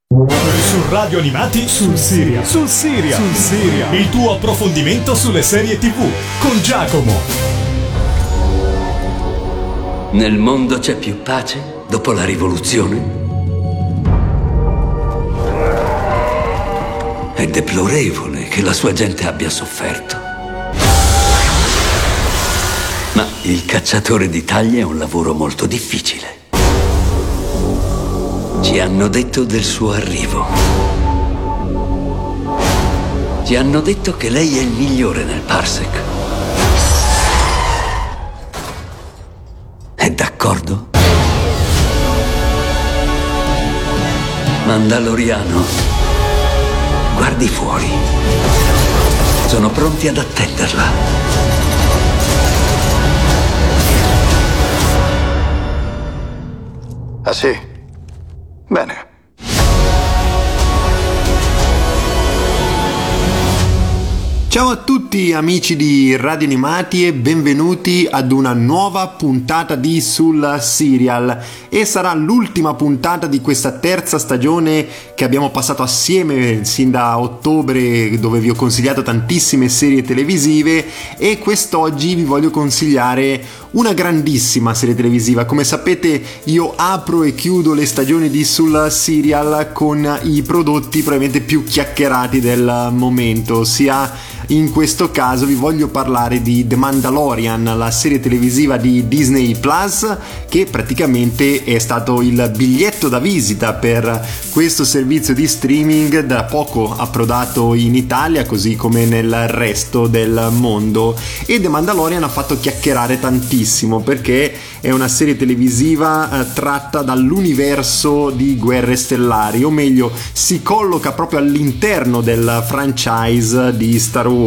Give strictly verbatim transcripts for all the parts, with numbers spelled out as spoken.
Su Radio Animati sul Siria. Sul Siria. Sul Siria. Il tuo approfondimento sulle serie tivù con Giacomo. Nel mondo c'è più pace dopo la rivoluzione? È deplorevole che la sua gente abbia sofferto. Ma il cacciatore di taglie è un lavoro molto difficile. Ci hanno detto del suo arrivo. Ci hanno detto che lei è il migliore nel Parsec. È d'accordo? Mandaloriano, guardi fuori. Sono pronti ad attenderla. Ah sì? Bene. Ciao a tutti amici di Radio Animati e benvenuti ad una nuova puntata di Sul Serial, e sarà l'ultima puntata di questa terza stagione che abbiamo passato assieme sin da ottobre, dove vi ho consigliato tantissime serie televisive, e quest'oggi vi voglio consigliare una grandissima serie televisiva. Come sapete, io apro e chiudo le stagioni di Sul Serial con i prodotti probabilmente più chiacchierati del momento, ossia in questo caso vi voglio parlare di The Mandalorian, la serie televisiva di Disney Plus, che praticamente è stato il biglietto da visita per questo servizio di streaming, da poco approdato in Italia così come nel resto del mondo. E The Mandalorian ha fatto chiacchierare tantissimo perché è una serie televisiva eh, tratta dall'universo di Guerre Stellari, o meglio si colloca proprio all'interno del franchise di Star Wars.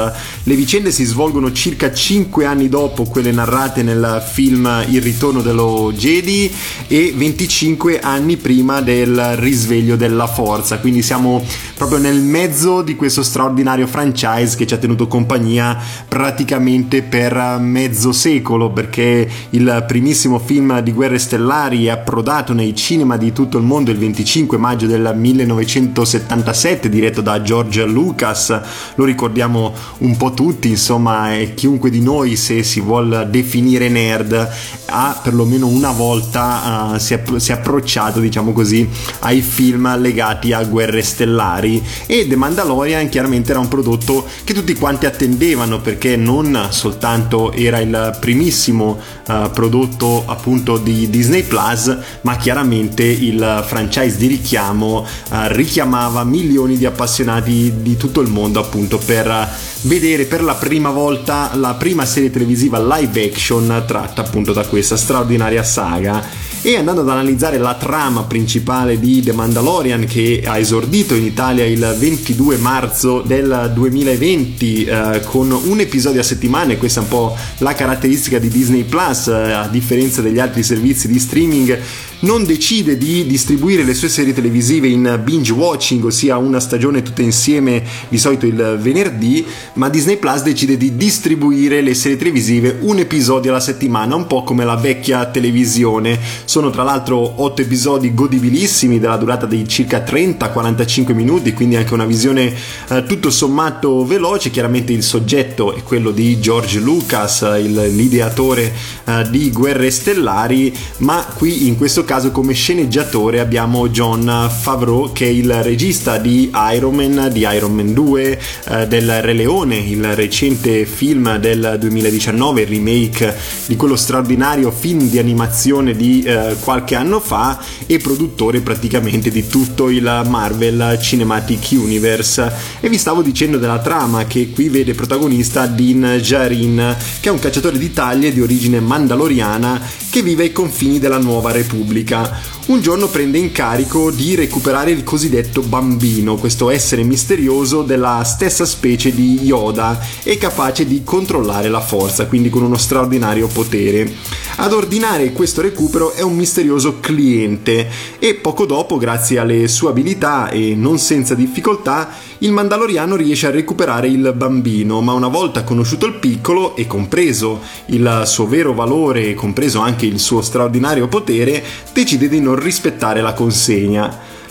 Le vicende si svolgono circa cinque anni dopo quelle narrate nel film Il ritorno dello Jedi e venticinque anni prima del risveglio della Forza, quindi siamo proprio nel mezzo di questo straordinario franchise che ci ha tenuto compagnia praticamente per mezzo secolo, perché il primissimo film di Guerre Stellari è approdato nei cinema di tutto il mondo il venticinque maggio del millenovecentosettantasette, diretto da George Lucas. Lo ricordiamo un po' tutti, insomma, e chiunque di noi, se si vuol definire nerd, ha perlomeno una volta uh, si, è, si è approcciato, diciamo così, ai film legati a Guerre Stellari. E The Mandalorian chiaramente era un prodotto che tutti quanti attendevano, perché non soltanto era il primissimo uh, prodotto appunto di Disney Plus, ma chiaramente il franchise di richiamo uh, richiamava milioni di appassionati di tutto il mondo appunto per vedere per la prima volta la prima serie televisiva live action tratta appunto da questa straordinaria saga. E andando ad analizzare la trama principale di The Mandalorian, che ha esordito in Italia il ventidue marzo del duemilaventi eh, con un episodio a settimana, e questa è un po' la caratteristica di Disney Plus, eh, a differenza degli altri servizi di streaming, non decide di distribuire le sue serie televisive in binge watching, ossia una stagione tutte insieme di solito il venerdì, ma Disney Plus decide di distribuire le serie televisive un episodio alla settimana, un po' come la vecchia televisione. Sono tra l'altro otto episodi godibilissimi della durata di circa trenta quarantacinque minuti, quindi anche una visione eh, tutto sommato veloce. Chiaramente il soggetto è quello di George Lucas, il, l'ideatore eh, di Guerre Stellari, ma qui in questo caso come sceneggiatore abbiamo Jon Favreau, che è il regista di Iron Man, di Iron Man due, eh, del Re Leone, il recente film del duemiladiciannove, il remake di quello straordinario film di animazione di eh, qualche anno fa, e produttore praticamente di tutto il Marvel Cinematic Universe. E vi stavo dicendo della trama, che qui vede protagonista Din Djarin, che è un cacciatore di taglie di origine mandaloriana che vive ai confini della Nuova Repubblica. Un giorno prende incarico di recuperare il cosiddetto bambino, questo essere misterioso della stessa specie di Yoda e capace di controllare la forza, quindi con uno straordinario potere. Ad ordinare questo recupero è un misterioso cliente, e poco dopo, grazie alle sue abilità e non senza difficoltà, il Mandaloriano riesce a recuperare il bambino, ma una volta conosciuto il piccolo e compreso il suo vero valore, compreso anche il suo straordinario potere, decide di non rispettare la consegna.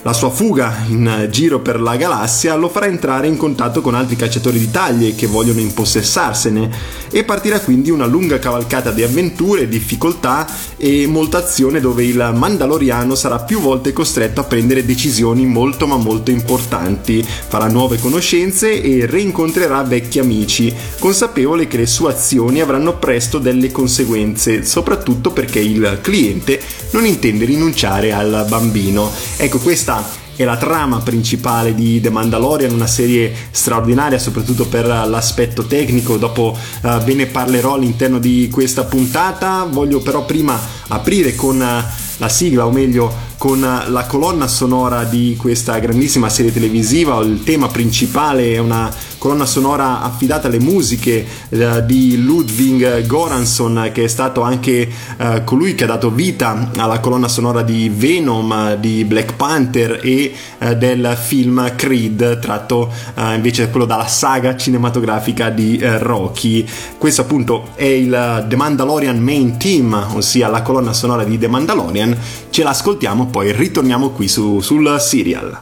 la sua fuga in giro per la galassia lo farà entrare in contatto con altri cacciatori di taglie che vogliono impossessarsene, e partirà quindi una lunga cavalcata di avventure, difficoltà e molta azione, dove il Mandaloriano sarà più volte costretto a prendere decisioni molto ma molto importanti, farà nuove conoscenze e rincontrerà vecchi amici, consapevole che le sue azioni avranno presto delle conseguenze, soprattutto perché il cliente non intende rinunciare al bambino. Ecco, questa è la trama principale di The Mandalorian, una serie straordinaria soprattutto per l'aspetto tecnico. Dopo uh, ve ne parlerò all'interno di questa puntata. Voglio però prima aprire con uh, la sigla, o meglio con la colonna sonora di questa grandissima serie televisiva. Il tema principale è una colonna sonora affidata alle musiche eh, di Ludwig Göransson, che è stato anche eh, colui che ha dato vita alla colonna sonora di Venom, di Black Panther e eh, del film Creed, tratto eh, invece quello dalla saga cinematografica di eh, Rocky. Questo appunto è il The Mandalorian Main Theme, ossia la colonna sonora di The Mandalorian. Ce l'ascoltiamo, poi ritorniamo qui su, sul serial.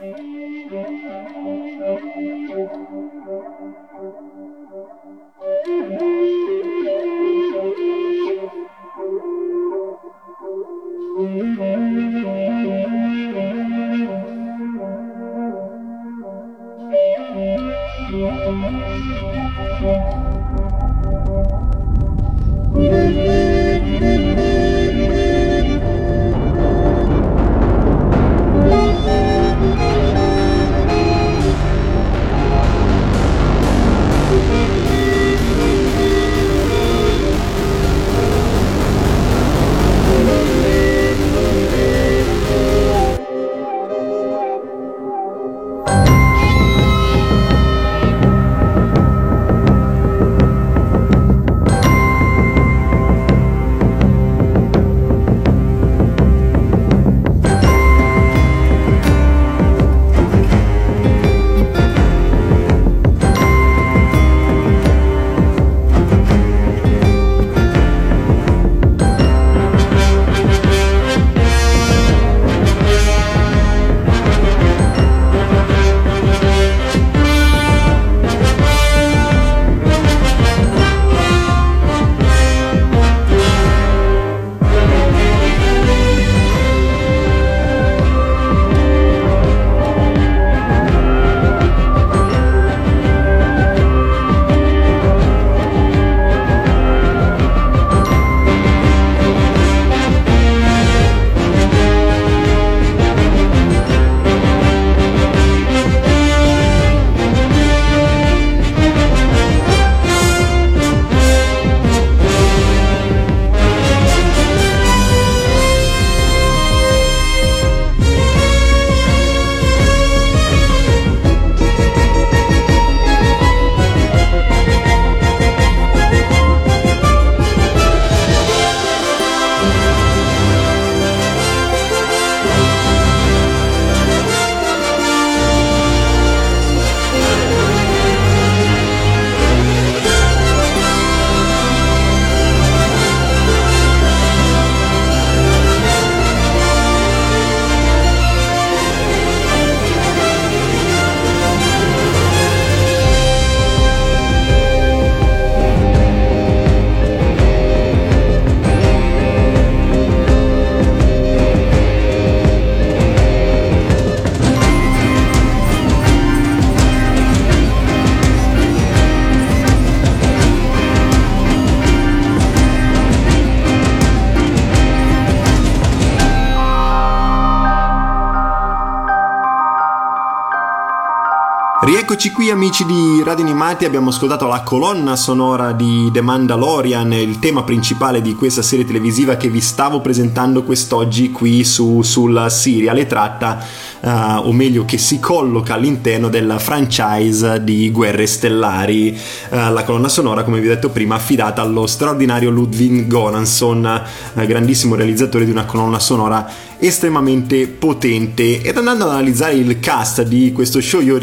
Rieccoci qui amici di Radio Animati, abbiamo ascoltato la colonna sonora di The Mandalorian, il tema principale di questa serie televisiva che vi stavo presentando quest'oggi qui su, sul serial, e tratta, uh, o meglio che si colloca all'interno del franchise di Guerre Stellari. Uh, la colonna sonora, come vi ho detto prima, affidata allo straordinario Ludwig Göransson, uh, grandissimo realizzatore di una colonna sonora estremamente potente. Ed andando ad analizzare il cast di questo show, io ricordo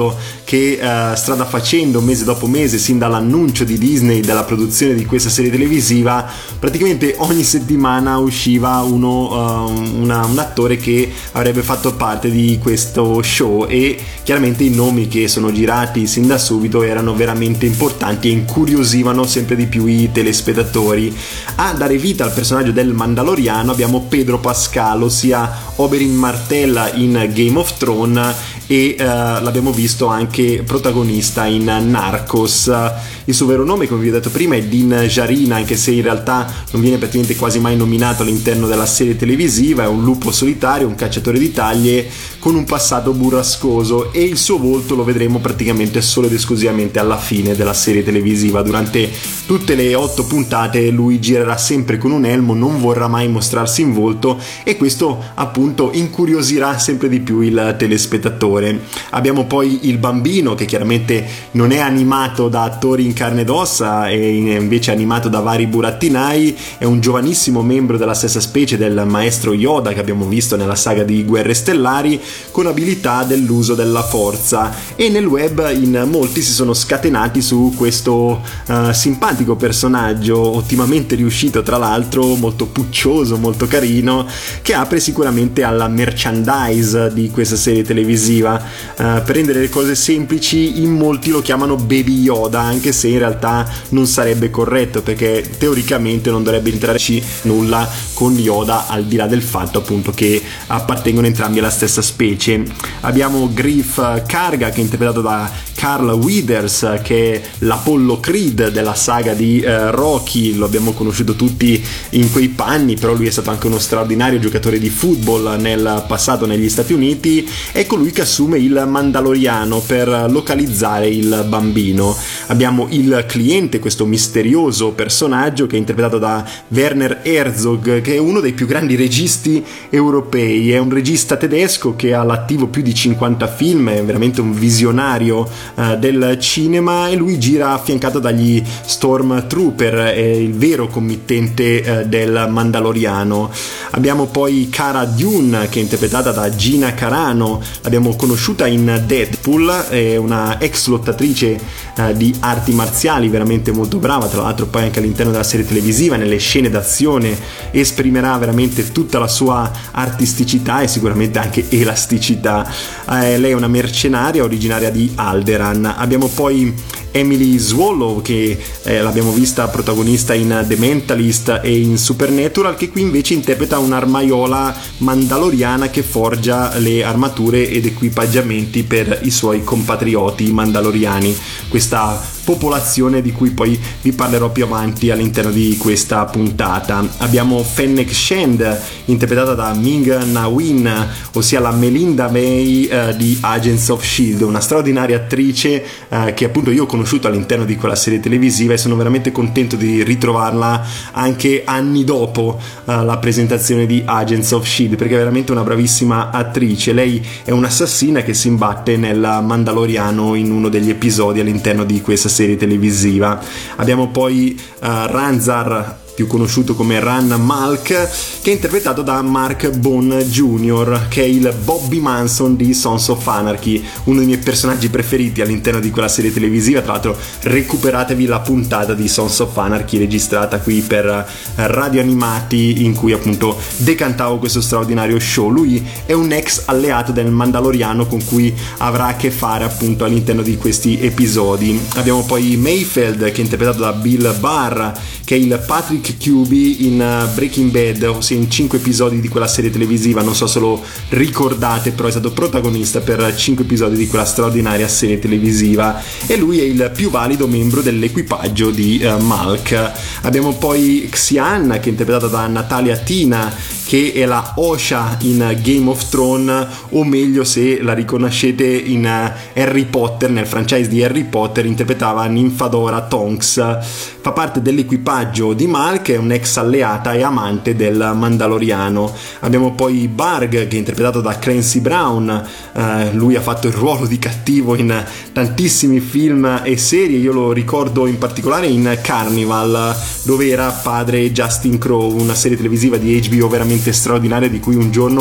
lavoro che uh, strada facendo mese dopo mese sin dall'annuncio di Disney della produzione di questa serie televisiva. Praticamente ogni settimana usciva uno, uh, una, un attore che avrebbe fatto parte di questo show, e chiaramente i nomi che sono girati sin da subito erano veramente importanti e incuriosivano sempre di più i telespettatori. A dare vita al personaggio del Mandaloriano abbiamo Pedro Pascal, ossia Oberyn Martell in Game of Thrones, e uh, l'abbiamo visto anche protagonista in Narcos. Il suo vero nome, come vi ho detto prima, è Din Djarin, anche se in realtà non viene praticamente quasi mai nominato all'interno della serie televisiva. È un lupo solitario, un cacciatore di taglie con un passato burrascoso, e il suo volto lo vedremo praticamente solo ed esclusivamente alla fine della serie televisiva. Durante tutte le otto puntate lui girerà sempre con un elmo, non vorrà mai mostrarsi in volto, e questo appunto incuriosirà sempre di più il telespettatore. Abbiamo poi il bambino, che chiaramente non è animato da attori in carne ed ossa, è invece animato da vari burattinai. È un giovanissimo membro della stessa specie del maestro Yoda che abbiamo visto nella saga di Guerre Stellari, con abilità dell'uso della forza, e nel web in molti si sono scatenati su questo uh, simpatico personaggio, ottimamente riuscito tra l'altro, molto puccioso, molto carino, che apre sicuramente alla merchandise di questa serie televisiva. Uh, per rendere le cose semplici, in molti lo chiamano Baby Yoda, anche se in realtà non sarebbe corretto, perché teoricamente non dovrebbe entrarci nulla con Yoda, al di là del fatto appunto che appartengono entrambi alla stessa specie. Abbiamo Griff Karga, che è interpretato da Carl Weathers, che è l'Apollo Creed della saga di uh, Rocky. Lo abbiamo conosciuto tutti in quei panni, però lui è stato anche uno straordinario giocatore di football nel passato negli Stati Uniti. È colui che assume il Mandaloriano per localizzare il bambino. Abbiamo il cliente, questo misterioso personaggio che è interpretato da Werner Herzog, che è uno dei più grandi registi europei. È un regista tedesco che ha all'attivo più di cinquanta film, è veramente un visionario uh, del cinema, e lui gira affiancato dagli Stormtrooper, è il vero committente uh, del Mandaloriano. Abbiamo poi Cara Dune, che è interpretata da Gina Carano. L'abbiamo conosciuta in Deadpool, è una ex lottatrice uh, di arti marziali, veramente molto brava. Tra l'altro poi anche all'interno della serie televisiva, nelle scene d'azione, esprimerà veramente tutta la sua artisticità e sicuramente anche elasticità. Eh, lei è una mercenaria originaria di Alderaan. Abbiamo poi Emily Swallow, che eh, l'abbiamo vista protagonista in The Mentalist e in Supernatural, che qui invece interpreta un'armaiola mandaloriana che forgia le armature ed equipaggiamenti per i suoi compatrioti mandaloriani, questa popolazione di cui poi vi parlerò più avanti all'interno di questa puntata. Abbiamo Fennec Shand, interpretata da Ming-Na Wen, ossia la Melinda May eh, di Agents of Shield, una straordinaria attrice eh, che appunto io ho conosciuto all'interno di quella serie televisiva, e sono veramente contento di ritrovarla anche anni dopo eh, la presentazione di Agents of Shield, perché è veramente una bravissima attrice. Lei è un'assassina che si imbatte nel Mandaloriano in uno degli episodi all'interno di questa serie televisiva. Abbiamo poi uh, Ranzar, più conosciuto come Ran Malk, che è interpretato da Mark Bone Junior, che è il Bobby Manson di Sons of Anarchy, uno dei miei personaggi preferiti all'interno di quella serie televisiva. Tra l'altro recuperatevi la puntata di Sons of Anarchy registrata qui per Radio Animati, in cui appunto decantavo questo straordinario show. Lui è un ex alleato del Mandaloriano con cui avrà a che fare appunto all'interno di questi episodi. Abbiamo poi Mayfeld, che è interpretato da Bill Barr, che è il Patrick Q B in Breaking Bad, ossia in cinque episodi di quella serie televisiva. Non so se lo ricordate, però è stato protagonista per cinque episodi di quella straordinaria serie televisiva, e lui è il più valido membro dell'equipaggio di uh, Malk. Abbiamo poi Xian, che è interpretata da Natalia Tina, che è la Osha in Game of Thrones, o meglio se la riconoscete in Harry Potter, nel franchise di Harry Potter interpretava Nymphadora Tonks. Fa parte dell'equipaggio di Malk, è un'ex alleata e amante del Mandaloriano. Abbiamo poi Barg, che è interpretato da Clancy Brown. Uh, lui ha fatto il ruolo di cattivo in tantissimi film e serie. Io lo ricordo in particolare in Carnival, dove era padre Justin Crowe, una serie televisiva di H B O veramente straordinaria, di cui un giorno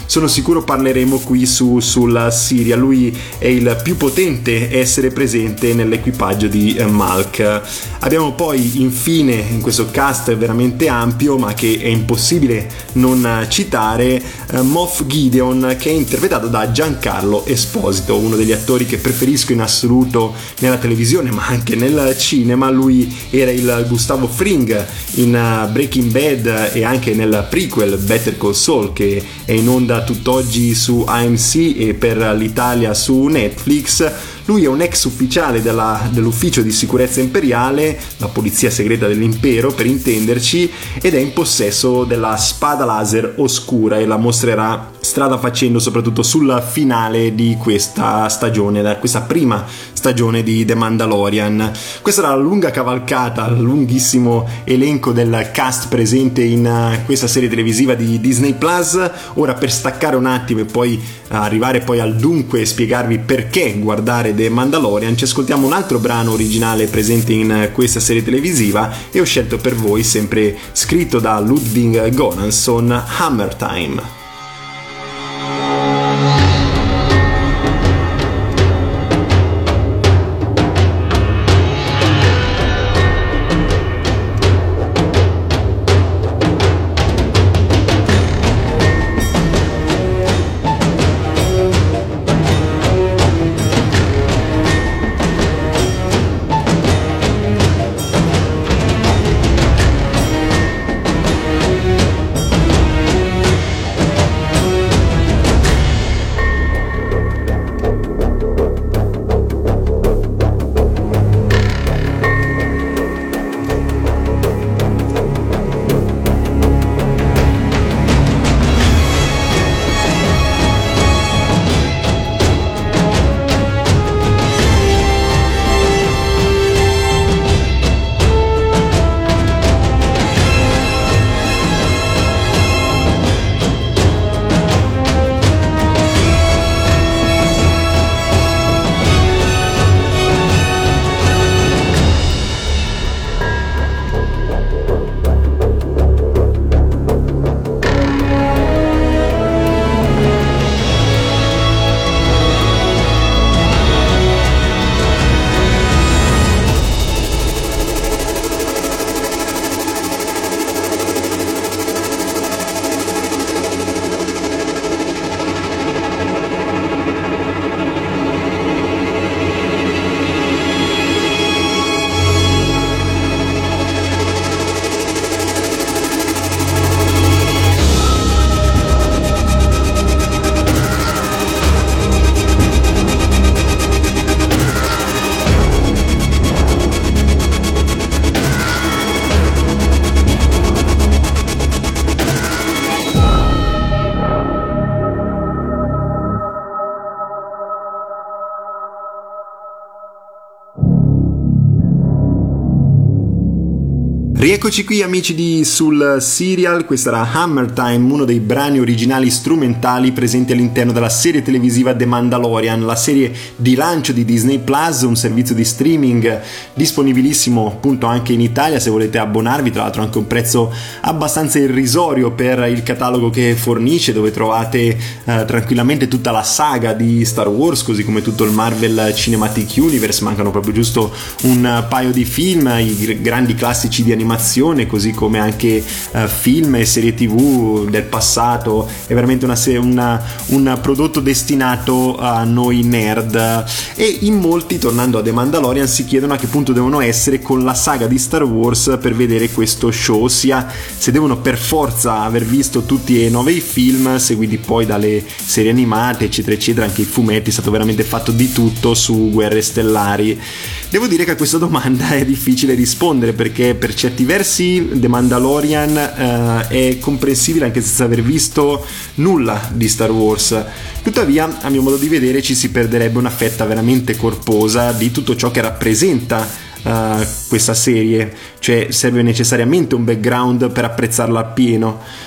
sono sicuro parleremo qui su, sul Serial. Lui è il più potente essere presente nell'equipaggio di eh, Malk. Abbiamo poi infine in questo cast veramente ampio, ma che è impossibile non citare, eh, Moff Gideon, che è interpretato da Giancarlo Esposito, uno degli attori che preferisco in assoluto nella televisione ma anche nel cinema. Lui era il Gustavo Fring in uh, Breaking Bad e anche nel prequel Better Call Saul, che è in onda tutt'oggi su A M C e per l'Italia su Netflix. Lui è un ex ufficiale della, dell'ufficio di sicurezza imperiale, la polizia segreta dell'impero per intenderci, ed è in possesso della spada laser oscura e la mostrerà strada facendo soprattutto sul finale di questa stagione, da questa prima stagione di The Mandalorian. Questa era la lunga cavalcata, il lunghissimo elenco del cast presente in questa serie televisiva di Disney Plus. Ora, per staccare un attimo e poi arrivare poi al dunque e spiegarvi perché guardare The Mandalorian, ci ascoltiamo un altro brano originale presente in questa serie televisiva e ho scelto per voi, sempre scritto da Ludwig Göransson, Hammer Time. Rieccoci qui amici di Sul Serial, questa era Hammer Time, uno dei brani originali strumentali presenti all'interno della serie televisiva The Mandalorian, la serie di lancio di Disney Plus, un servizio di streaming disponibilissimo appunto anche in Italia se volete abbonarvi, tra l'altro anche un prezzo abbastanza irrisorio per il catalogo che fornisce, dove trovate eh, tranquillamente tutta la saga di Star Wars, così come tutto il Marvel Cinematic Universe. Mancano proprio giusto un paio di film, i grandi classici di animazione, così come anche uh, film e serie tv del passato. È veramente una se- una, un prodotto destinato a noi nerd, e in molti, tornando a The Mandalorian, si chiedono a che punto devono essere con la saga di Star Wars per vedere questo show, ossia se devono per forza aver visto tutti e nove i film seguiti poi dalle serie animate eccetera eccetera, anche i fumetti. È stato veramente fatto di tutto su Guerre Stellari. Devo dire che a questa domanda è difficile rispondere, perché per certi versi The Mandalorian eh, è comprensibile anche senza aver visto nulla di Star Wars. Tuttavia, a mio modo di vedere, ci si perderebbe una fetta veramente corposa di tutto ciò che rappresenta Uh, questa serie, cioè serve necessariamente un background per apprezzarla appieno.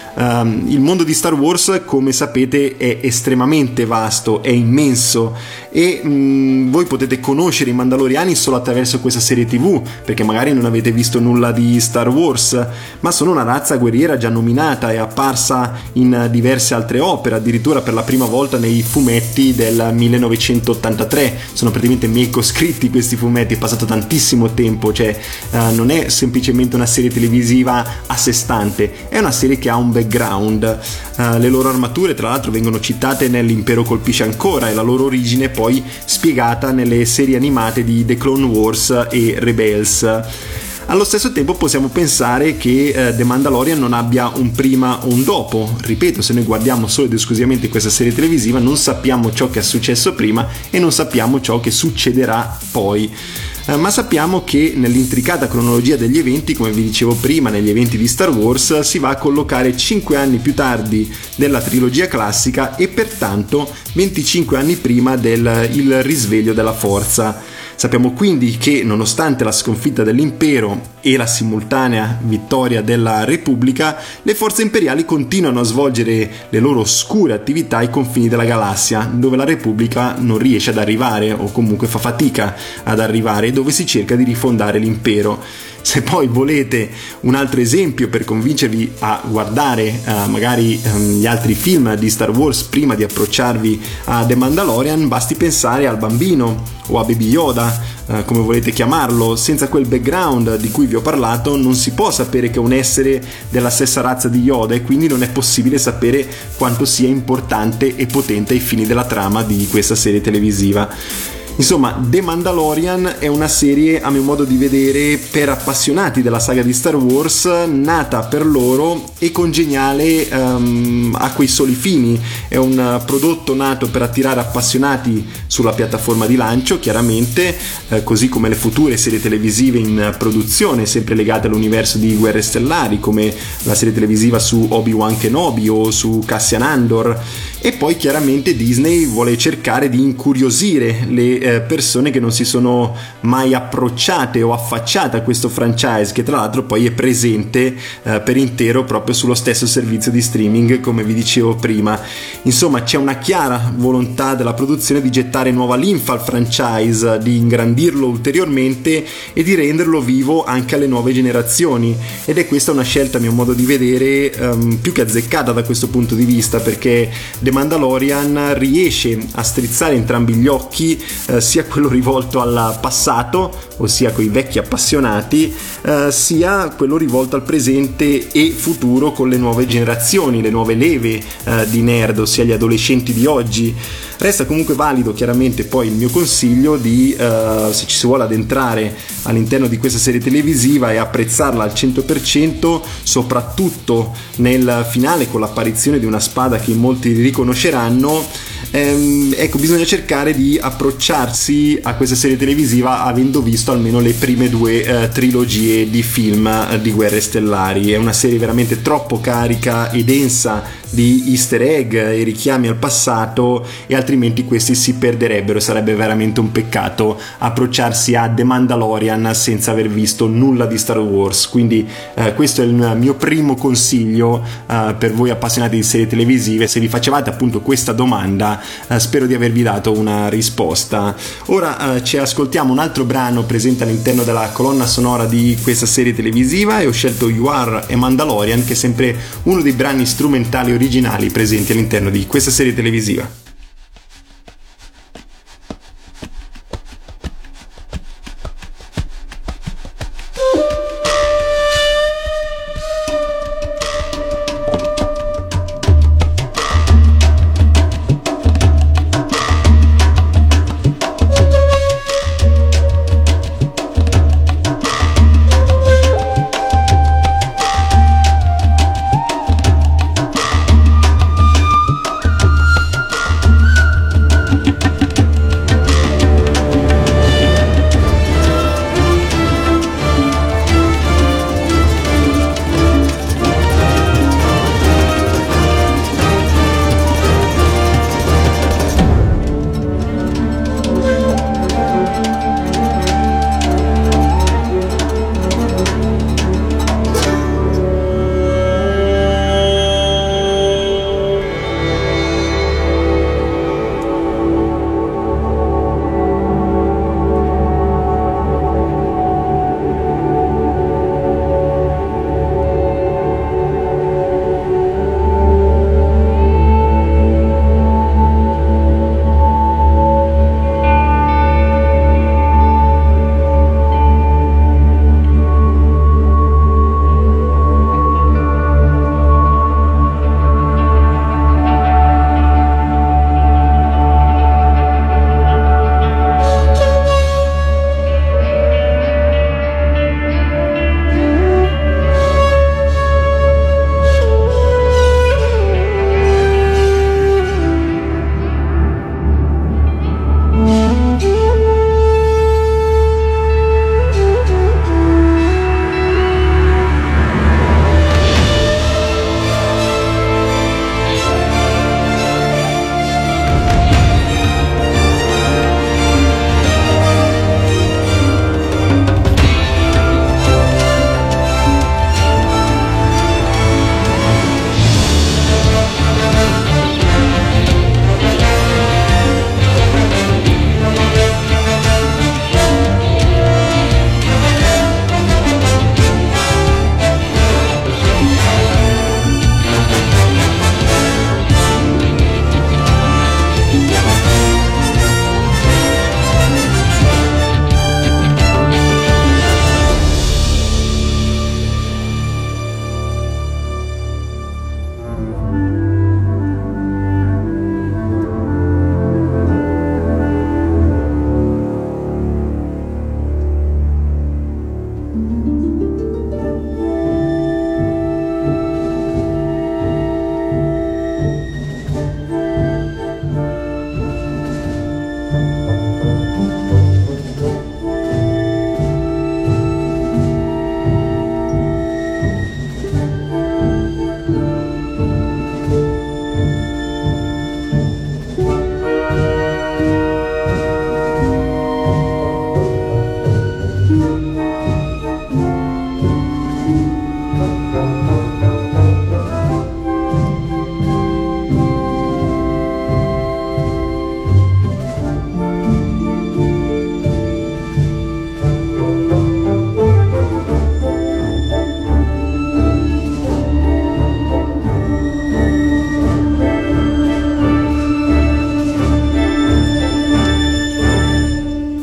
Um, il mondo di Star Wars, come sapete, è estremamente vasto, è immenso e um, voi potete conoscere i Mandaloriani solo attraverso questa serie tv, perché magari non avete visto nulla di Star Wars, ma sono una razza guerriera già nominata e apparsa in diverse altre opere, addirittura per la prima volta nei fumetti del millenovecentottantatré. Sono praticamente mecoscritti questi fumetti, è passato tantissimo tempo, cioè uh, non è semplicemente una serie televisiva a sé stante, è una serie che ha un background. Uh, le loro armature tra l'altro vengono citate nell'Impero colpisce ancora e la loro origine poi spiegata nelle serie animate di The Clone Wars e Rebels. Allo stesso tempo possiamo pensare che eh, The Mandalorian non abbia un prima o un dopo. Ripeto, se noi guardiamo solo ed esclusivamente questa serie televisiva non sappiamo ciò che è successo prima e non sappiamo ciò che succederà poi. Eh, ma sappiamo che nell'intricata cronologia degli eventi, come vi dicevo prima, negli eventi di Star Wars si va a collocare cinque anni più tardi della trilogia classica e pertanto venticinque anni prima del il risveglio della Forza. Sappiamo quindi che, nonostante la sconfitta dell'impero e la simultanea vittoria della Repubblica, le forze imperiali continuano a svolgere le loro oscure attività ai confini della galassia, dove la Repubblica non riesce ad arrivare o comunque fa fatica ad arrivare, dove si cerca di rifondare l'impero. Se poi volete un altro esempio per convincervi a guardare uh, magari um, gli altri film di Star Wars prima di approcciarvi a The Mandalorian, basti pensare al bambino o a Baby Yoda, uh, come volete chiamarlo. Senza quel background di cui vi ho parlato non si può sapere che è un essere della stessa razza di Yoda e quindi non è possibile sapere quanto sia importante e potente ai fini della trama di questa serie televisiva. Insomma, The Mandalorian è una serie, a mio modo di vedere, per appassionati della saga di Star Wars, nata per loro e congeniale um, a quei soli fini. È un prodotto nato per attirare appassionati sulla piattaforma di lancio, chiaramente, eh, così come le future serie televisive in produzione, sempre legate all'universo di Guerre Stellari, come la serie televisiva su Obi-Wan Kenobi o su Cassian Andor. E poi chiaramente Disney vuole cercare di incuriosire le eh, persone che non si sono mai approcciate o affacciate a questo franchise, che tra l'altro poi è presente eh, per intero proprio sullo stesso servizio di streaming, come vi dicevo prima. Insomma, c'è una chiara volontà della produzione di gettare nuova linfa al franchise, di ingrandirlo ulteriormente e di renderlo vivo anche alle nuove generazioni, ed è questa una scelta, a mio modo di vedere, ehm, più che azzeccata da questo punto di vista, perché The Mandalorian riesce a strizzare entrambi gli occhi, eh, sia quello rivolto al passato, ossia coi vecchi appassionati, eh, sia quello rivolto al presente e futuro con le nuove generazioni, le nuove leve eh, di nerd, ossia gli adolescenti di oggi. Resta comunque valido chiaramente poi il mio consiglio di, uh, se ci si vuole addentrare all'interno di questa serie televisiva e apprezzarla al cento per cento, soprattutto nel finale con l'apparizione di una spada che molti riconosceranno, ehm, ecco, bisogna cercare di approcciarsi a questa serie televisiva avendo visto almeno le prime due eh, trilogie di film eh, di Guerre Stellari. È una serie veramente troppo carica e densa di easter egg e richiami al passato, e altrimenti questi si perderebbero. Sarebbe veramente un peccato approcciarsi a The Mandalorian senza aver visto nulla di Star Wars. Quindi eh, questo è il mio primo consiglio eh, per voi appassionati di serie televisive. Se vi facevate appunto questa domanda, eh, spero di avervi dato una risposta. Ora eh, ci ascoltiamo un altro brano presente all'interno della colonna sonora di questa serie televisiva, e ho scelto You Are a Mandalorian, che è sempre uno dei brani strumentali originali presenti all'interno di questa serie televisiva.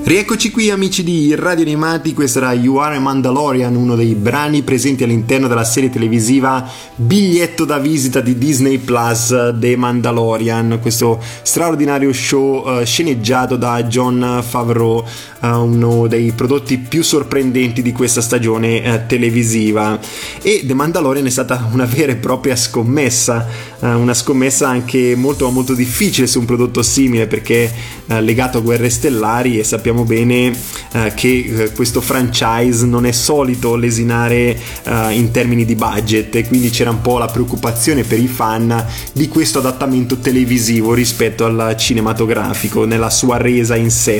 Rieccoci qui amici di Radio Animati, questo era You Are a Mandalorian, uno dei brani presenti all'interno della serie televisiva Biglietto da visita di Disney Plus, The Mandalorian, questo straordinario show uh, sceneggiato da Jon Favreau, uh, uno dei prodotti più sorprendenti di questa stagione uh, televisiva. E The Mandalorian è stata una vera e propria scommessa, uh, una scommessa anche molto molto difficile su un prodotto simile, perché uh, legato a Guerre Stellari, e sappiamo bene uh, che uh, questo franchise non è solito lesinare uh, in termini di budget, e quindi c'era un po' la preoccupazione per i fan di questo adattamento televisivo rispetto al cinematografico nella sua resa in sé.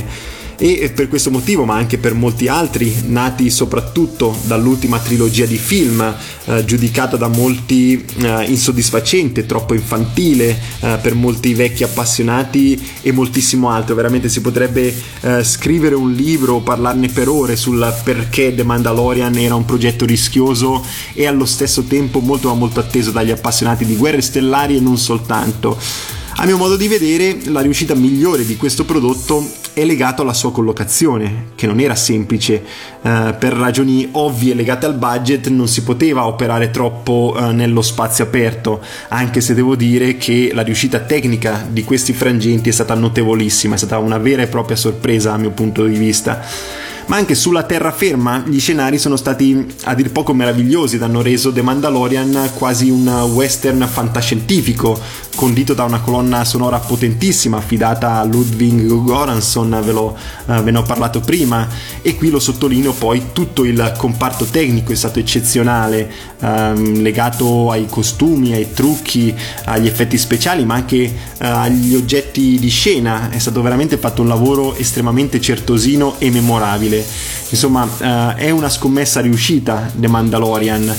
E per questo motivo, ma anche per molti altri, nati soprattutto dall'ultima trilogia di film, eh, giudicata da molti eh, insoddisfacente, troppo infantile, eh, per molti vecchi appassionati e moltissimo altro. Veramente si potrebbe eh, scrivere un libro o parlarne per ore sul perché The Mandalorian era un progetto rischioso e allo stesso tempo molto molto atteso dagli appassionati di Guerre Stellari e non soltanto. A mio modo di vedere, la riuscita migliore di questo prodotto è legato alla sua collocazione, che non era semplice. Uh, per ragioni ovvie legate al budget non si poteva operare troppo uh, nello spazio aperto, anche se devo dire che la riuscita tecnica di questi frangenti è stata notevolissima, è stata una vera e propria sorpresa a mio punto di vista. Ma anche sulla terraferma gli scenari sono stati a dir poco meravigliosi ed hanno reso The Mandalorian quasi un western fantascientifico, condito da una colonna sonora potentissima affidata a Ludwig Göransson, ve, lo, uh, ve ne ho parlato prima, e qui lo sottolineo. Poi tutto il comparto tecnico è stato eccezionale, um, legato ai costumi, ai trucchi, agli effetti speciali, ma anche uh, agli oggetti di scena. È stato veramente fatto un lavoro estremamente certosino e memorabile. Insomma, uh, è una scommessa riuscita The Mandalorian,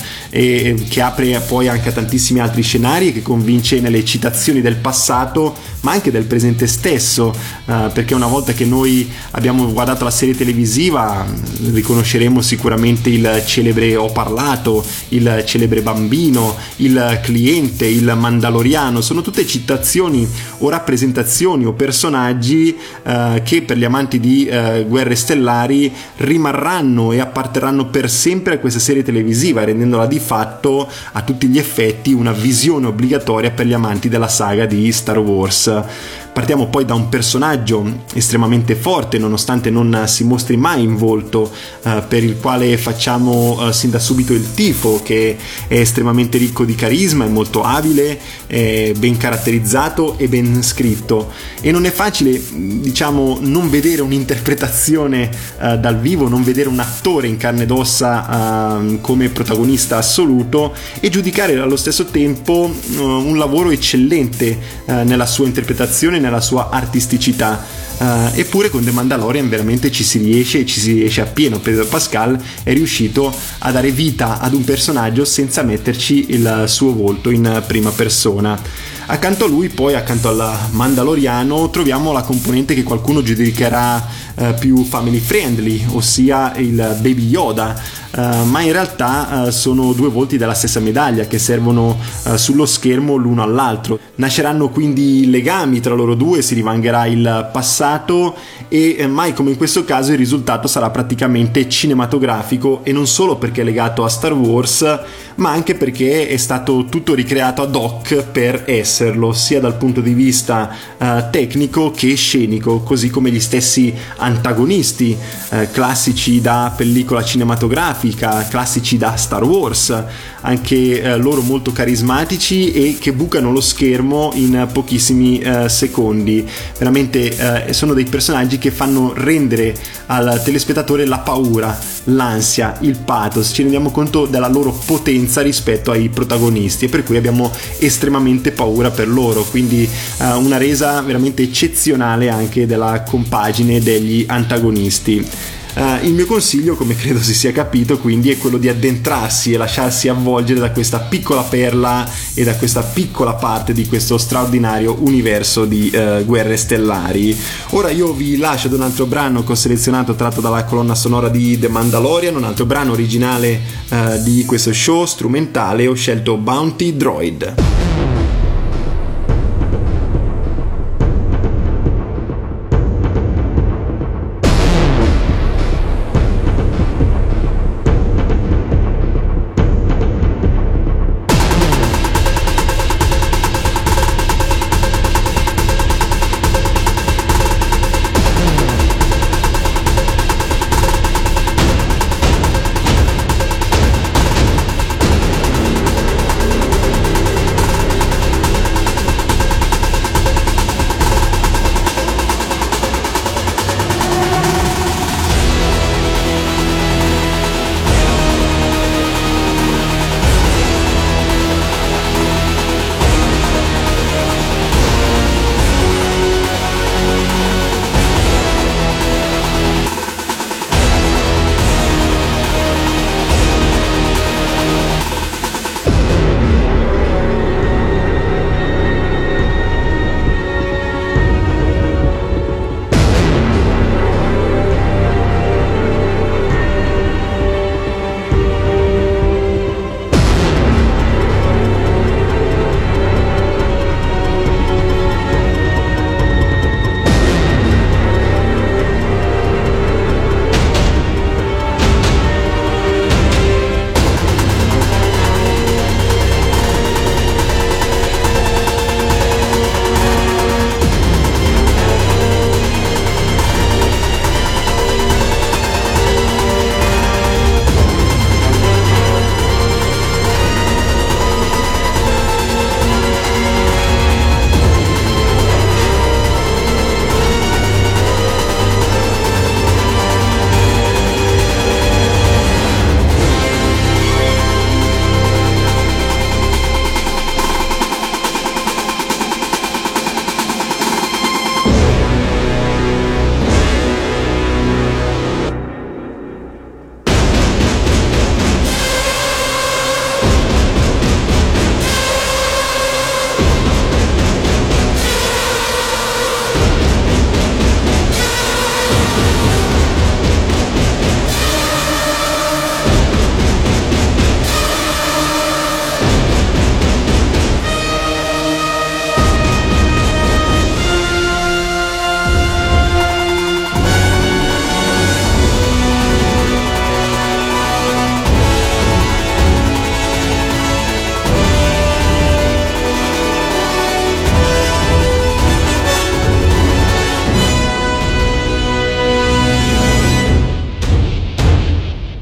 e che apre poi anche a tantissimi altri scenari e che convince nelle citazioni del passato ma anche del presente stesso, uh, perché una volta che noi abbiamo guardato la serie televisiva riconosceremo sicuramente il celebre Ho parlato, il celebre bambino, il cliente, il mandaloriano. Sono tutte citazioni o rappresentazioni o personaggi uh, che per gli amanti di uh, Guerre Stellari rimarranno e apparterranno per sempre a questa serie televisiva, rendendola di fatto a tutti gli effetti una visione obbligatoria per gli amanti della saga di Star Wars. Partiamo poi da un personaggio estremamente forte, nonostante non si mostri mai in volto, eh, per il quale facciamo eh, sin da subito il tifo, che è estremamente ricco di carisma, è molto abile, è ben caratterizzato e ben scritto, e non è facile, diciamo, non vedere un'interpretazione eh, dal vivo, non vedere un attore in carne ed ossa eh, come protagonista assoluto e giudicare allo stesso tempo eh, un lavoro eccellente eh, nella sua interpretazione, nella sua artisticità. Uh, eppure con The Mandalorian veramente ci si riesce e ci si riesce appieno. Pedro Pascal è riuscito a dare vita ad un personaggio senza metterci il suo volto in prima persona. Accanto a lui, poi, accanto al Mandaloriano, troviamo la componente che qualcuno giudicherà uh, più family friendly, ossia il Baby Yoda. Uh, ma in realtà uh, sono due volti della stessa medaglia che servono uh, sullo schermo l'uno all'altro. Nasceranno quindi legami tra loro due, si rivangherà il passato e eh, mai come in questo caso il risultato sarà praticamente cinematografico, e non solo perché è legato a Star Wars, ma anche perché è stato tutto ricreato ad hoc per esserlo, sia dal punto di vista uh, tecnico che scenico, così come gli stessi antagonisti uh, classici da pellicola cinematografica, classici da Star Wars, anche eh, loro molto carismatici e che bucano lo schermo in pochissimi eh, secondi. Veramente eh, sono dei personaggi che fanno rendere al telespettatore la paura, l'ansia, il pathos. Ci rendiamo conto della loro potenza rispetto ai protagonisti, e per cui abbiamo estremamente paura per loro. Quindi eh, una resa veramente eccezionale anche della compagine degli antagonisti. Uh, il mio consiglio, come credo si sia capito, quindi è quello di addentrarsi e lasciarsi avvolgere da questa piccola perla e da questa piccola parte di questo straordinario universo di uh, Guerre Stellari. Ora io vi lascio ad un altro brano che ho selezionato tratto dalla colonna sonora di The Mandalorian, un altro brano originale uh, di questo show strumentale. Ho scelto Bounty Droid.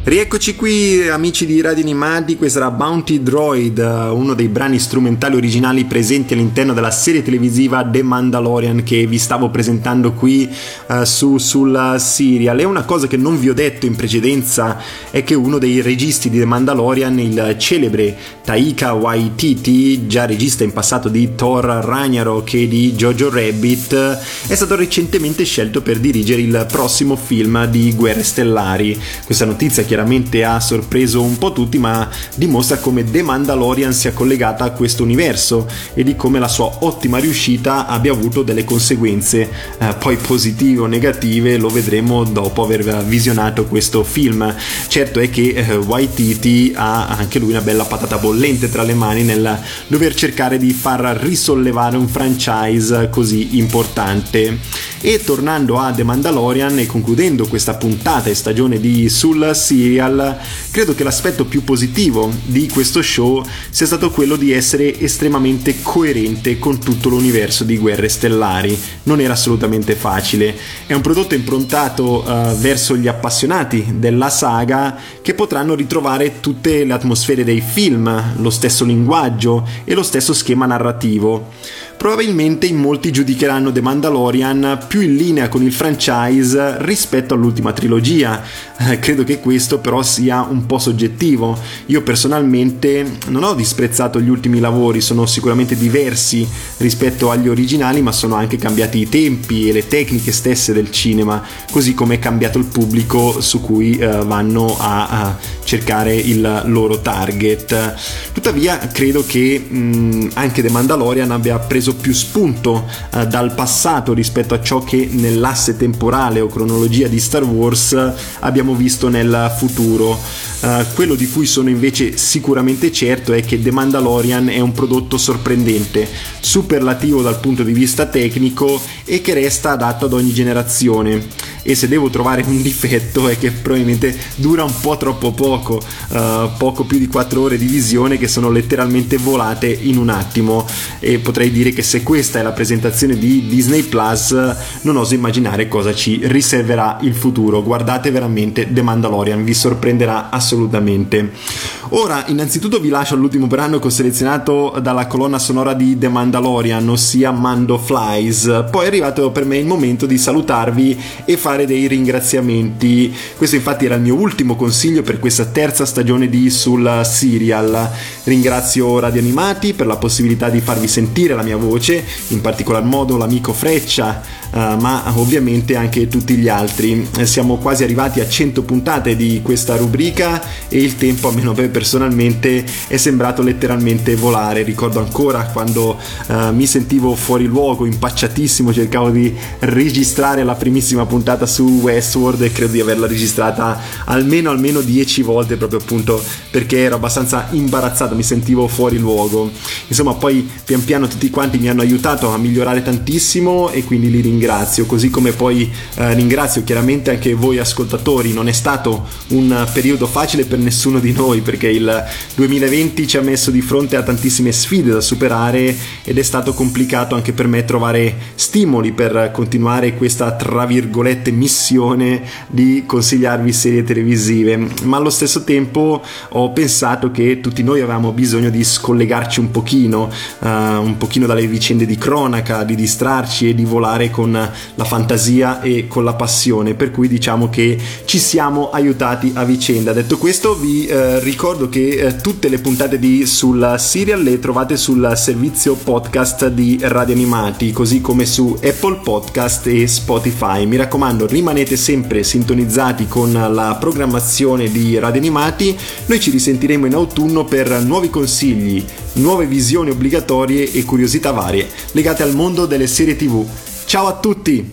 Rieccoci qui amici di Radio Animati, questa era Bounty Droid, uno dei brani strumentali originali presenti all'interno della serie televisiva The Mandalorian che vi stavo presentando qui uh, su, sul serial. E una cosa che non vi ho detto in precedenza è che uno dei registi di The Mandalorian, il celebre Taika Waititi, già regista in passato di Thor Ragnarok e di Jojo Rabbit, è stato recentemente scelto per dirigere il prossimo film di Guerre Stellari. Questa notizia che chiaramente ha sorpreso un po' tutti, ma dimostra come The Mandalorian sia collegata a questo universo e di come la sua ottima riuscita abbia avuto delle conseguenze eh, poi positive o negative, lo vedremo dopo aver visionato questo film. Certo è che eh, Waititi ha anche lui una bella patata bollente tra le mani nel dover cercare di far risollevare un franchise così importante. E tornando a The Mandalorian e concludendo questa puntata e stagione di Sul Serial, credo che l'aspetto più positivo di questo show sia stato quello di essere estremamente coerente con tutto l'universo di Guerre Stellari. Non era assolutamente facile. È un prodotto improntato uh, verso gli appassionati della saga che potranno ritrovare tutte le atmosfere dei film, lo stesso linguaggio e lo stesso schema narrativo. Probabilmente in molti giudicheranno The Mandalorian più in linea con il franchise rispetto all'ultima trilogia. Eh, credo che questo però sia un po' soggettivo. Io personalmente non ho disprezzato gli ultimi lavori, sono sicuramente diversi rispetto agli originali, ma sono anche cambiati i tempi e le tecniche stesse del cinema, così come è cambiato il pubblico su cui eh, vanno a, a cercare il loro target. Tuttavia credo che mh, anche The Mandalorian abbia preso più spunto eh, dal passato rispetto a ciò che nell'asse temporale o cronologia di Star Wars abbiamo visto nel futuro. Uh, quello di cui sono invece sicuramente certo è che The Mandalorian è un prodotto sorprendente, superlativo dal punto di vista tecnico e che resta adatto ad ogni generazione. E se devo trovare un difetto è che probabilmente dura un po' troppo poco, uh, poco più di quattro ore di visione che sono letteralmente volate in un attimo, e potrei dire che se questa è la presentazione di Disney Plus non oso immaginare cosa ci riserverà il futuro. Guardate veramente The Mandalorian, vi sorprenderà assolutamente. Ora innanzitutto vi lascio all'ultimo brano che ho selezionato dalla colonna sonora di The Mandalorian, ossia Mando Flies. Poi è arrivato per me il momento di salutarvi e fare dei ringraziamenti. Questo infatti era il mio ultimo consiglio per questa terza stagione di Sul Serial. Ringrazio Radio Animati per la possibilità di farvi sentire la mia voce, in particolar modo l'amico Freccia, Uh, ma ovviamente anche tutti gli altri. Eh, siamo quasi arrivati a cento puntate di questa rubrica e il tempo, almeno a me personalmente, è sembrato letteralmente volare. Ricordo ancora quando uh, mi sentivo fuori luogo, impacciatissimo, cercavo di registrare la primissima puntata su Westworld e credo di averla registrata almeno almeno dieci volte, proprio appunto perché ero abbastanza imbarazzato, mi sentivo fuori luogo. Insomma, poi pian piano tutti quanti mi hanno aiutato a migliorare tantissimo e quindi li ringrazio. Ringrazio, così come poi eh, ringrazio chiaramente anche voi ascoltatori. Non è stato un periodo facile per nessuno di noi, perché il duemilaventi ci ha messo di fronte a tantissime sfide da superare ed è stato complicato anche per me trovare stimoli per continuare questa tra virgolette missione di consigliarvi serie televisive, ma allo stesso tempo ho pensato che tutti noi avevamo bisogno di scollegarci un pochino uh, un pochino dalle vicende di cronaca, di distrarci e di volare con la fantasia e con la passione, per cui diciamo che ci siamo aiutati a vicenda. Detto questo, vi eh, ricordo che eh, tutte le puntate di Sul Serial le trovate sul servizio podcast di Radio Animati, così come su Apple Podcast e Spotify. Mi raccomando, rimanete sempre sintonizzati con la programmazione di Radio Animati. Noi ci risentiremo in autunno per nuovi consigli, nuove visioni obbligatorie e curiosità varie legate al mondo delle serie tivù. Ciao a tutti!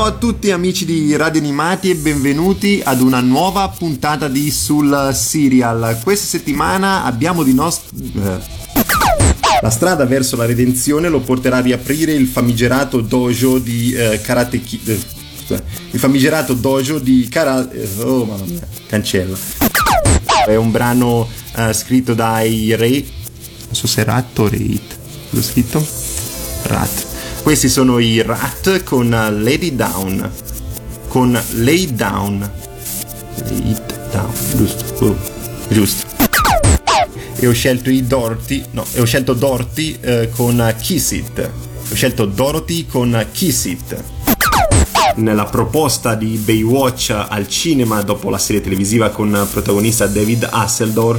Ciao a tutti amici di Radio Animati e benvenuti ad una nuova puntata di Sul Serial. Questa settimana abbiamo di nostro... Eh. La strada verso la redenzione lo porterà a riaprire il famigerato dojo di eh, Karate Kid. Eh, scusa, il famigerato dojo di Karate... Oh mamma mia, cancella. È un brano eh, scritto dai Re... Non so se Rat o Rate. L'ho scritto? Rat. Questi sono i Rat con Lady Down. Con Lay Down. Lay Down, giusto. Oh, giusto. E ho scelto i Dorothy. No, e ho scelto Dorothy eh, con Kiss It. Ho scelto Dorothy con Kiss It. Nella proposta di Baywatch al cinema dopo la serie televisiva con protagonista David Hasselhoff.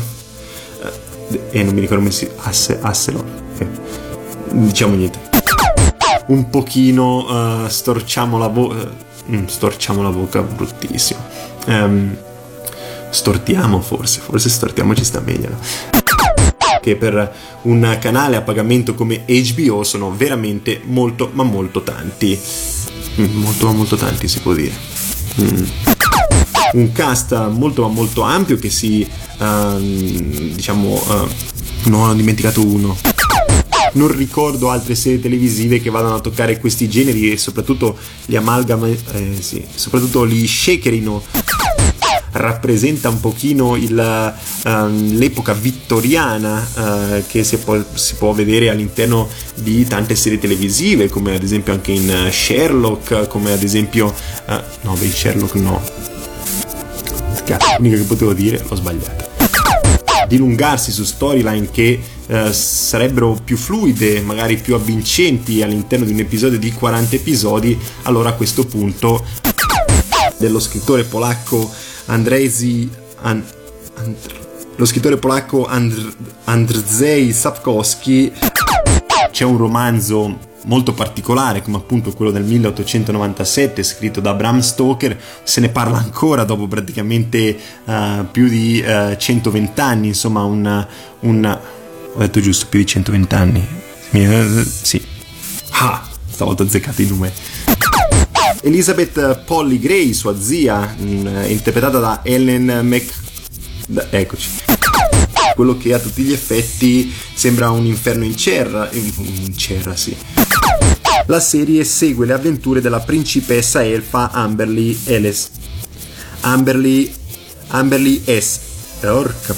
E eh, non mi ricordo come si. Hasse, Hasselhoff. Eh. Diciamo niente. Un pochino uh, storciamo la bocca. Mm, storciamo la bocca, bruttissimo. Um, stortiamo forse, forse stortiamo ci sta meglio, no? Che per un canale a pagamento come H B O sono veramente molto, ma molto tanti. Mm, molto, ma molto tanti si può dire. Mm. Un cast molto, ma molto ampio che si, uh, diciamo, uh, non ho dimenticato uno. Non ricordo altre serie televisive che vadano a toccare questi generi e soprattutto li amalgama, eh, sì, soprattutto li shakerino. Rappresenta un pochino il, uh, l'epoca vittoriana uh, che si può, si può vedere all'interno di tante serie televisive, come ad esempio anche in Sherlock, come ad esempio uh, no, beh, Sherlock no, l'unica che potevo dire l'ho sbagliata. Dilungarsi su storyline che eh, sarebbero più fluide, magari più avvincenti all'interno di un episodio di quaranta episodi, allora a questo punto dello scrittore polacco Andrzej An, Andr, lo scrittore polacco Andr, Andrzej Sapkowski c'è un romanzo molto particolare come appunto quello del milleottocentonovantasette scritto da Bram Stoker. Se ne parla ancora dopo praticamente uh, più di uh, centoventi anni, insomma un, un ho detto giusto, più di centoventi anni, uh, sì, ah, stavolta ho azzeccato i numeri. Elizabeth Polly Gray, sua zia, mh, interpretata da Ellen Mc... Da, eccoci. Quello che a tutti gli effetti sembra un inferno in Cerra, in Cerra, sì. La serie segue le avventure della principessa elfa Amberly Ellis. Amberly Amberly S. Orca.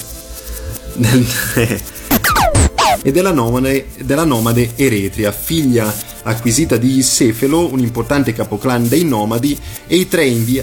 E della nomade, della nomade Eretria, figlia acquisita di Cefelo, un importante capoclan dei nomadi, e i tre invia...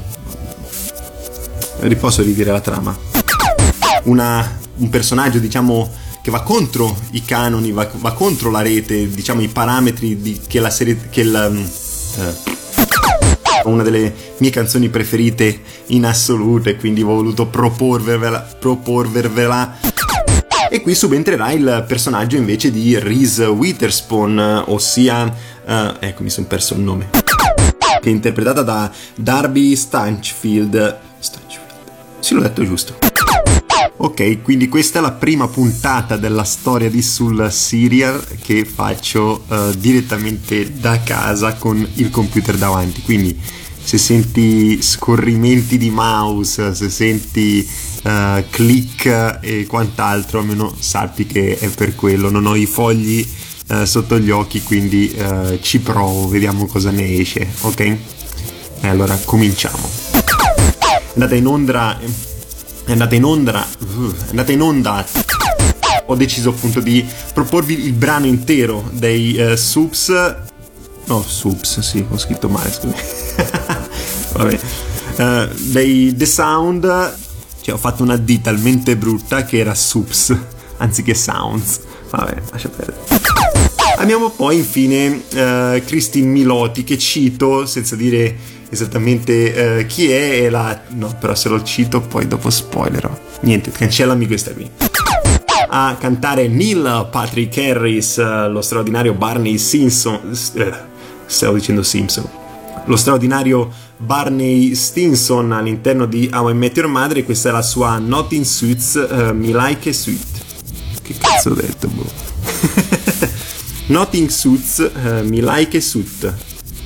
Riposo ridire la trama. Una, un personaggio, diciamo, che va contro i canoni, va, va contro la rete, diciamo i parametri di, che la serie... Che la, eh, una delle mie canzoni preferite in assoluto, e quindi ho voluto proporvervela, proporvervela. E qui subentrerà il personaggio invece di Reese Witherspoon, ossia uh, ecco, mi sono perso il nome, che è interpretata da Darby Stanchfield. Stanchfield. Sì, l'ho detto giusto. Ok, quindi questa è la prima puntata della storia di Sul Serial che faccio uh, direttamente da casa con il computer davanti, quindi se senti scorrimenti di mouse, se senti uh, click e quant'altro, almeno sappi che è per quello. Non ho i fogli uh, sotto gli occhi, quindi uh, ci provo, vediamo cosa ne esce, ok? E allora cominciamo. È andata in onda, è andata in onda, uh, è andata in onda. Ho deciso appunto di proporvi il brano intero dei uh, Subs. No, Subs, sì, ho scritto male, scusi. Vabbè. Uh, dei The Sound, cioè ho fatto una D talmente brutta che era Subs anziché Sounds. Vabbè, lascia perdere. Abbiamo poi infine uh, Christine Miloti, che cito senza dire esattamente uh, chi è, e la... no, però se lo cito poi dopo spoilerò. Niente, cancellami questa qui. A cantare Neil Patrick Harris, uh, lo straordinario Barney Simpson. Uh, stavo dicendo Simpson. Lo straordinario Barney Stinson all'interno di How I Met Your Mother, e questa è la sua Nothing Suits, uh, Me Like a Sweet. Che cazzo ho detto, boh. Nothing Suits, uh, Me Like a Suit.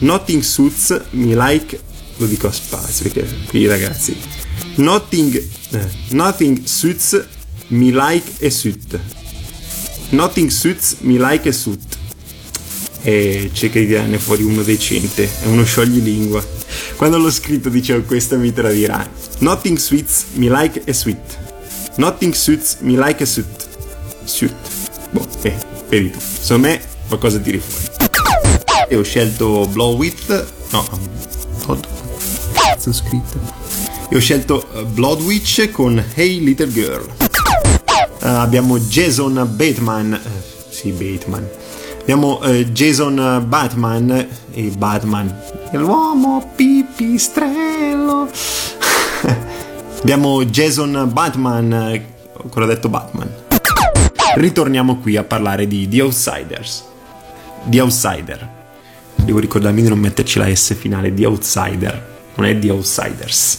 Nothing suits me like, lo dico a spazio perché qui ragazzi, nothing, eh, nothing suits me like a suit, nothing suits me like a suit, e cerca di tirarne fuori uno decente, è uno scioglilingua. Quando l'ho scritto dicevo questa mi tradirà. Nothing suits me like a suit, nothing suits me like a suit, suit, boh, eh, vedi tu, secondo me qualcosa tiri fuori. E ho scelto Blow With, no, Blood, sono scritto. E ho scelto Blood Witch con Hey Little Girl. Uh, abbiamo Jason Bateman, uh, sì Bateman. Abbiamo uh, Jason Batman e Batman, l'uomo pipistrello. Abbiamo Jason Batman, ho ancora detto Batman. Ritorniamo qui a parlare di The Outsiders. The Outsider. Devo ricordarmi di non metterci la S finale, The Outsider, non è The Outsiders.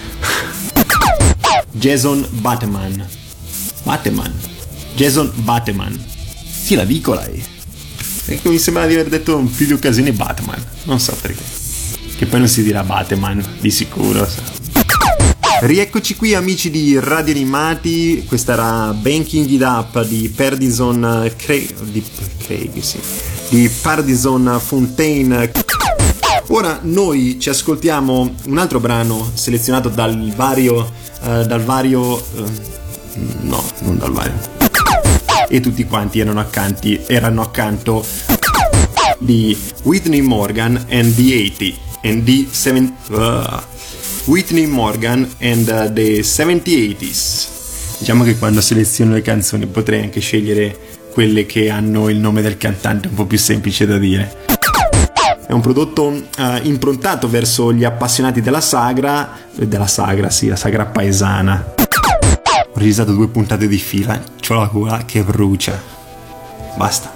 Jason Bateman. Bateman. Jason Bateman. Sì, la dico lei. Perché mi sembra di aver detto in più di occasioni Batman. Non so perché. Che poi non si dirà Bateman, di sicuro. Rieccoci qui amici di Radio Animati. Questa era Banking It Up di Pardison Craig, di Craig, sì. di Pardison Fontaine. Ora noi ci ascoltiamo un altro brano selezionato dal vario uh, dal vario uh, no, non dal vario, e tutti quanti erano accanti erano accanto di Whitney Morgan and the eighty and the seven uh, Whitney Morgan and uh, the seventy eighties. Diciamo che quando seleziono le canzoni potrei anche scegliere quelle che hanno il nome del cantante un po' più semplice da dire. È un prodotto uh, improntato verso gli appassionati della sagra, della sagra, sì, la sagra paesana. Ho registrato due puntate di fila, c'ho la gola che brucia. Basta.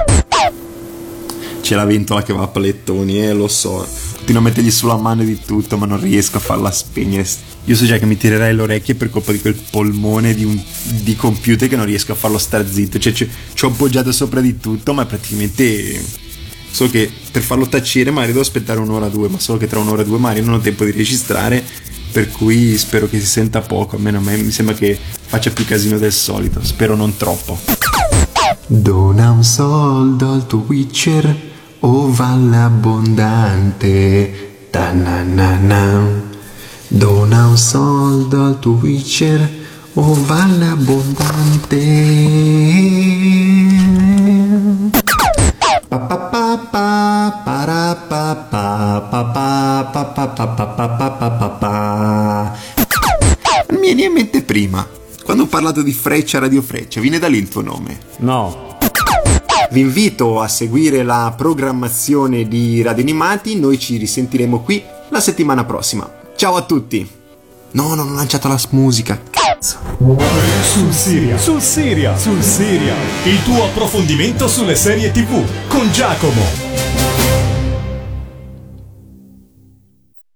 C'è la ventola che va a palettoni, eh, lo so. Continuo a mettergli sulla mano di tutto, ma non riesco a farla spegnere. Io so già che mi tirerai le orecchie per colpa di quel polmone di, un, di computer che non riesco a farlo star zitto. Cioè, ci ho appoggiato sopra di tutto, ma praticamente... Solo che per farlo tacere magari devo aspettare un'ora o due, ma solo che tra un'ora o due magari non ho tempo di registrare, per cui spero che si senta poco, almeno a me mi sembra che faccia più casino del solito, spero non troppo. Dona un soldo al tuo Witcher, o valle abbondante, ta-na-na-na. Dona un soldo al tuo Witcher, o valle abbondante. Pa pa pa pa para pa pa pa pa pa pa pa pa pa pa pa pa. Mi viene in mente prima, quando ho parlato di Freccia Radio Freccia, viene da lì il tuo nome? No. Vi invito a seguire la programmazione di Radio Animati, noi ci risentiremo qui la settimana prossima. Ciao a tutti! No, non ho lanciato la musica, cazzo! Sul Siria, sul Siria, sul Siria, il tuo approfondimento sulle serie tivù con Giacomo.